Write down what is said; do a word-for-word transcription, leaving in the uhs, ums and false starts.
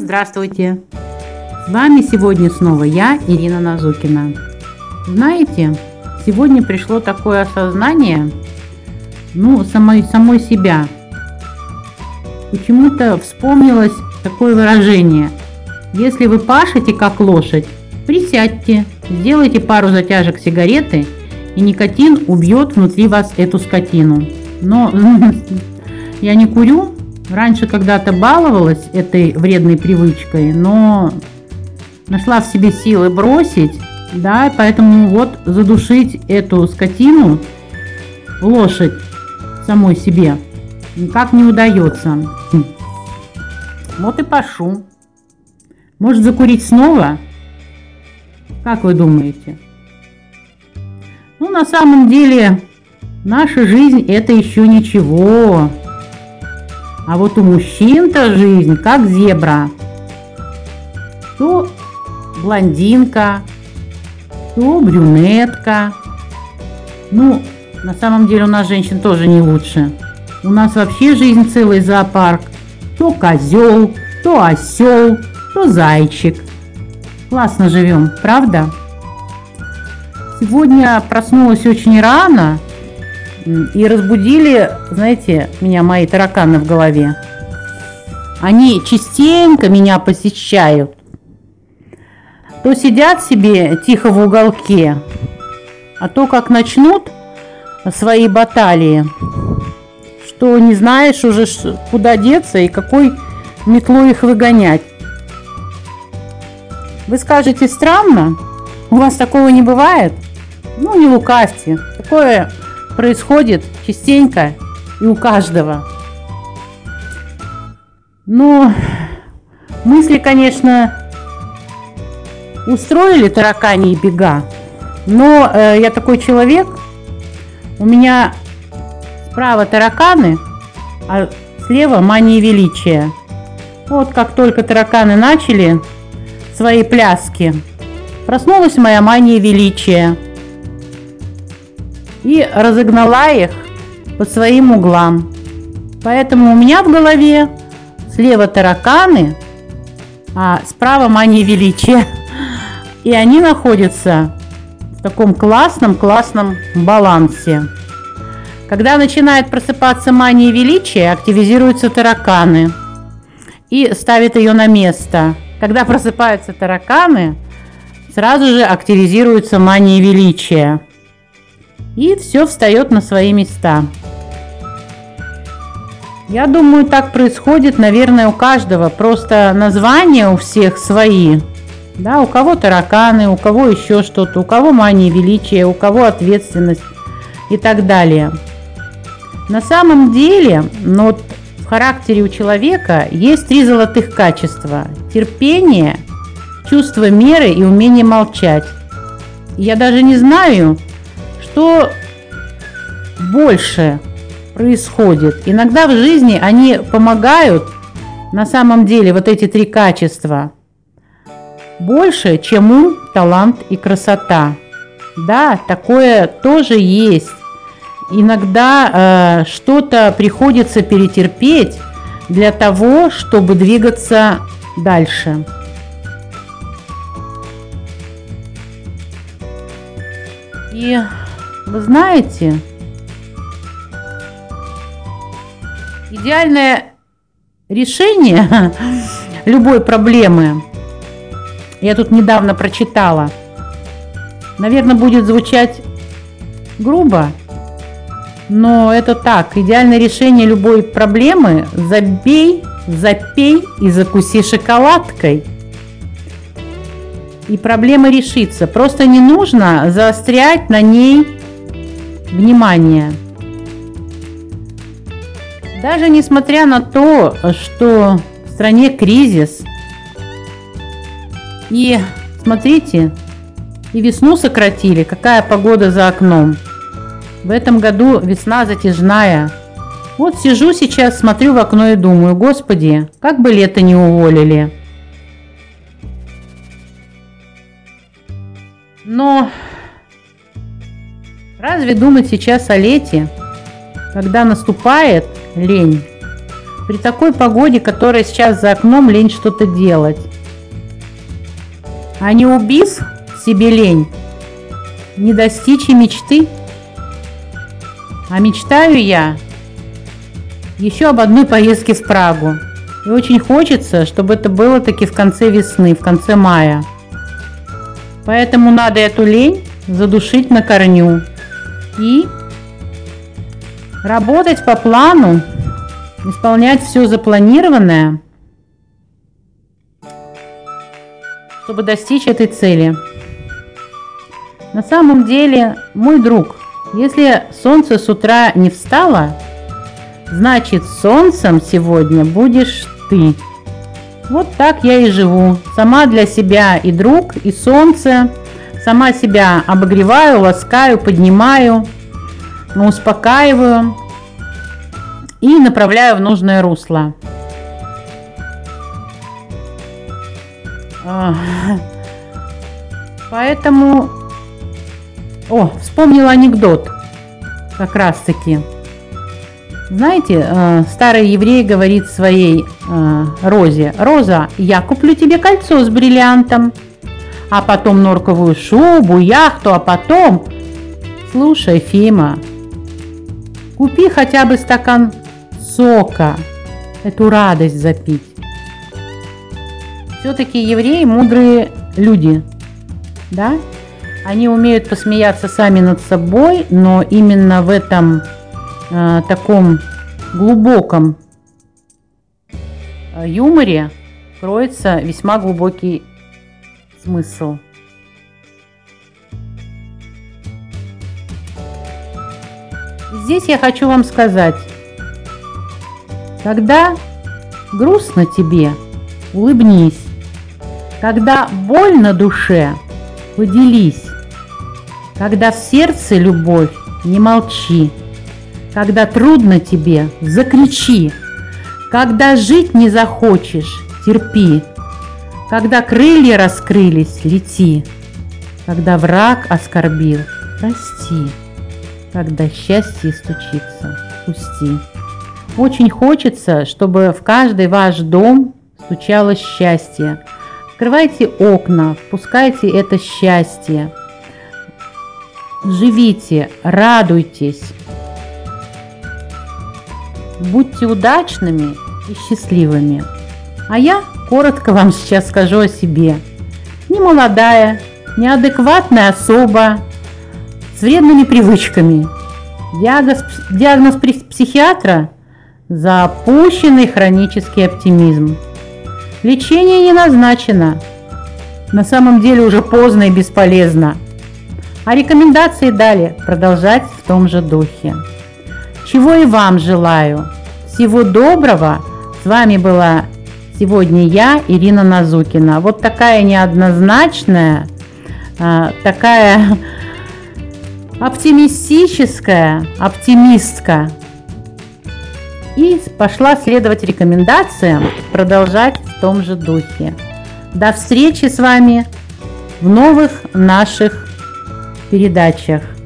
Здравствуйте! С вами сегодня снова я, Ирина Назукина. Знаете, сегодня пришло такое осознание, ну, самой, самой себя. Почему-то вспомнилось такое выражение: если вы пашете как лошадь, присядьте, сделайте пару затяжек сигареты, и никотин убьет внутри вас эту скотину. Но я не курю. Раньше когда-то баловалась этой вредной привычкой, но нашла в себе силы бросить, да, поэтому вот задушить эту скотину, лошадь, самой себе никак не удается. Вот и пашу. Может, закурить снова? Как вы думаете? Ну, на самом деле, наша жизнь – это еще ничего. А вот у мужчин-то жизнь как зебра. То блондинка, то брюнетка. Ну, на самом деле у нас женщин тоже не лучше. У нас вообще жизнь целый зоопарк. То козел, то осел, то зайчик. Классно живем, правда? Сегодня проснулась очень рано. И разбудили, знаете, меня мои тараканы в голове. Они частенько меня посещают. То сидят себе тихо в уголке, а то как начнут свои баталии, что не знаешь уже, куда деться и какой метлой их выгонять. Вы скажете, странно? У вас такого не бывает? Ну, не лукавьте. Такое происходит частенько и у каждого. Ну, мысли, конечно, устроили таракани бега, но э, я такой человек, у меня справа тараканы, а слева мания величия. Вот как только тараканы начали свои пляски, проснулась моя мания величия и разогнала их по своим углам. Поэтому у меня в голове слева тараканы, а справа мания величия. И они находятся в таком классном-классном балансе. Когда начинает просыпаться мания величия, активизируются тараканы и ставят ее на место. Когда просыпаются тараканы, сразу же активизируется мания величия. И все встает на свои места. Я думаю, так происходит, наверное, у каждого. Просто названия у всех свои. Да, у кого тараканы, у кого еще что-то, у кого мания величия, у кого ответственность и так далее. На самом деле, ну, вот в характере у человека есть три золотых качества: терпение, чувство меры и умение молчать. Я даже не знаю, что больше происходит. Иногда в жизни они помогают, на самом деле, вот эти три качества, больше, чем ум, талант и красота. Да, такое тоже есть. Иногда э, что-то приходится перетерпеть для того, чтобы двигаться дальше. И вы знаете, идеальное решение любой проблемы, я тут недавно прочитала, наверное, будет звучать грубо, но это так. Идеальное решение любой проблемы: забей, запей и закуси шоколадкой. И проблема решится. Просто не нужно заострять на ней внимание. Даже несмотря на то, что в стране кризис, и смотрите, и весну сократили, какая погода за окном. В этом году весна затяжная. Вот сижу сейчас, смотрю в окно и думаю: Господи, как бы лето не уволили. Но разве думать сейчас о лете, когда наступает лень? При такой погоде, которая сейчас за окном, лень что-то делать. А не убив себе лень, не достичь и мечты. А мечтаю я еще об одной поездке в Прагу. И очень хочется, чтобы это было таки в конце весны, в конце мая. Поэтому надо эту лень задушить на корню и работать по плану, исполнять все запланированное, чтобы достичь этой цели. На самом деле, мой друг, если солнце с утра не встало, значит, солнцем сегодня будешь ты. Вот так я и живу. Сама для себя и друг, и солнце. Сама себя обогреваю, ласкаю, поднимаю, успокаиваю и направляю в нужное русло. Поэтому... О, вспомнила анекдот. Как раз таки. Знаете, старый еврей говорит своей Розе: «Роза, я куплю тебе кольцо с бриллиантом, а потом норковую шубу, яхту, а потом...» Слушай, Фима, купи хотя бы стакан сока, эту радость запить. Все-таки евреи мудрые люди, да? Они умеют посмеяться сами над собой, но именно в этом э, таком глубоком э, юморе кроется весьма глубокий смысл. Здесь я хочу вам сказать, когда грустно тебе, улыбнись, когда больно душе, поделись, когда в сердце любовь, не молчи, когда трудно тебе, закричи, когда жить не захочешь, терпи, когда крылья раскрылись, лети, когда враг оскорбил, прости, когда счастье стучится, пусти. Очень хочется, чтобы в каждый ваш дом стучалось счастье. Открывайте окна, впускайте это счастье. Живите, радуйтесь. Будьте удачными и счастливыми. А я коротко вам сейчас скажу о себе. Не молодая, неадекватная особа с вредными привычками. Диагноз, диагноз психиатра – запущенный хронический оптимизм. Лечение не назначено. На самом деле уже поздно и бесполезно. А рекомендации дали продолжать в том же духе. Чего и вам желаю. Всего доброго. С вами была сегодня я, Ирина Назукина. Вот такая неоднозначная, такая оптимистическая оптимистка. И пошла следовать рекомендациям, продолжать в том же духе. До встречи с вами в новых наших передачах.